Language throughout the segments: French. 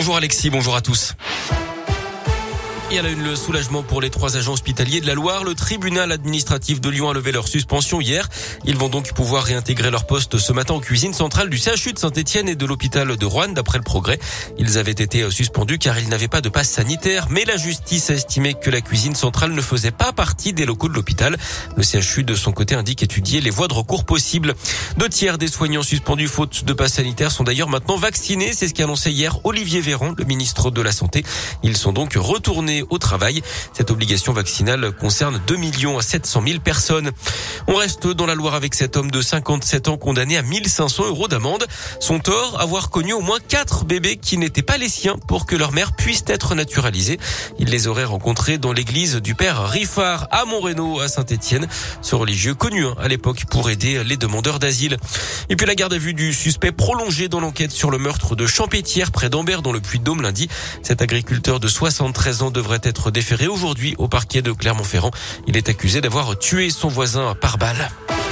Bonjour Alexis, bonjour à tous. Et à la une, le soulagement pour les 3 agents hospitaliers de la Loire. Le tribunal administratif de Lyon a levé leur suspension hier. Ils vont donc pouvoir réintégrer leur poste ce matin en cuisine centrale du CHU de Saint-Etienne et de l'hôpital de Roanne, d'après le Progrès. Ils avaient été suspendus car ils n'avaient pas de passe sanitaire, mais la justice a estimé que la cuisine centrale ne faisait pas partie des locaux de l'hôpital. Le CHU, de son côté, indique étudier les voies de recours possibles. 2 tiers des soignants suspendus faute de passe sanitaire sont d'ailleurs maintenant vaccinés. C'est ce qu'a annoncé hier Olivier Véran, le ministre de la Santé. Ils sont donc retournés au travail. Cette obligation vaccinale concerne 2 700 000 personnes. On reste dans la Loire avec cet homme de 57 ans condamné à 1 500 € d'amende. Son tort, avoir connu au moins 4 bébés qui n'étaient pas les siens pour que leur mère puisse être naturalisée. Il les aurait rencontrés dans l'église du père Riffard à Montrénaud, à Saint-Etienne. Ce religieux connu à l'époque pour aider les demandeurs d'asile. Et puis la garde à vue du suspect prolongée dans l'enquête sur le meurtre de Champétière près d'Ambert dans le Puy-de-Dôme lundi. Cet agriculteur de 73 ans devrait être déféré aujourd'hui au parquet de Clermont-Ferrand. Il est accusé d'avoir tué son voisin par balle.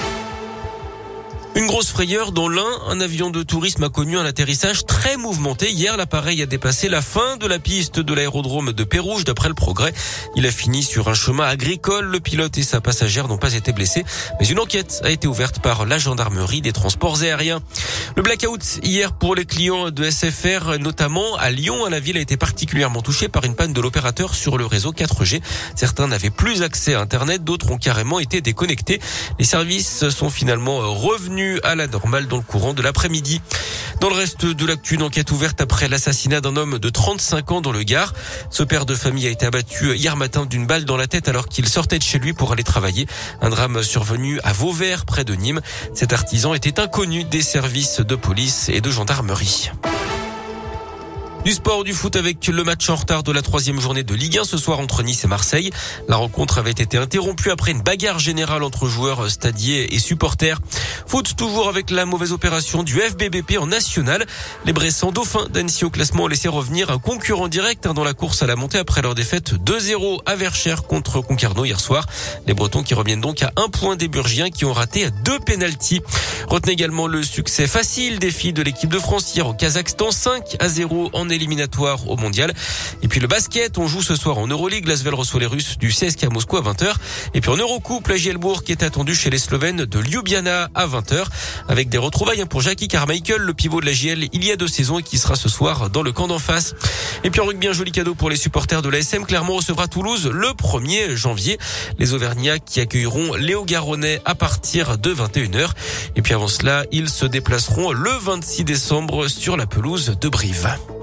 Une grosse frayeur dans l'Ain. Un avion de tourisme a connu un atterrissage très mouvementé. Hier, l'appareil a dépassé la fin de la piste de l'aérodrome de Pérouge, d'après le Progrès. Il a fini sur un chemin agricole. Le pilote et sa passagère n'ont pas été blessés. Mais une enquête a été ouverte par la gendarmerie des transports aériens. Le blackout hier pour les clients de SFR, notamment à Lyon. La ville a été particulièrement touchée par une panne de l'opérateur sur le réseau 4G. Certains n'avaient plus accès à Internet, d'autres ont carrément été déconnectés. Les services sont finalement revenus à la normale dans le courant de l'après-midi. Dans le reste de l'actu, une enquête ouverte après l'assassinat d'un homme de 35 ans dans le Gard. Ce père de famille a été abattu hier matin d'une balle dans la tête alors qu'il sortait de chez lui pour aller travailler. Un drame survenu à Vauvert, près de Nîmes. Cet artisan était inconnu des services de police et de gendarmerie. Du sport, du foot avec le match en retard de la 3e journée de Ligue 1 ce soir entre Nice et Marseille. La rencontre avait été interrompue après une bagarre générale entre joueurs stadiers et supporters. Foot toujours avec la mauvaise opération du FBBP en national. Les Bressans dauphins d'Annecy au classement ont laissé revenir un concurrent direct dans la course à la montée après leur défaite 2-0 à Verchères contre Concarneau hier soir. Les Bretons qui reviennent donc à 1 point des Burgiens qui ont raté 2 pénaltys. Retenez également le succès facile des filles de l'équipe de France hier au Kazakhstan, 5-0 en éliminatoire au mondial. Et puis le basket, on joue ce soir en Euroleague. L'Asvel reçoit les Russes du CSKA Moscou à 20h. Et puis en Eurocoupe, la Gielbourg qui est attendu chez les Slovènes de Ljubljana à 20h. Avec des retrouvailles pour Jackie Carmichael, le pivot de la JL il y a 2 saisons et qui sera ce soir dans le camp d'en face. Et puis en rugby, un joli cadeau pour les supporters de l'ASM. Clermont recevra Toulouse le 1er janvier. Les Auvergnats qui accueilleront Léo Garonnais à partir de 21h. Et puis avant cela, ils se déplaceront le 26 décembre sur la pelouse de Brive.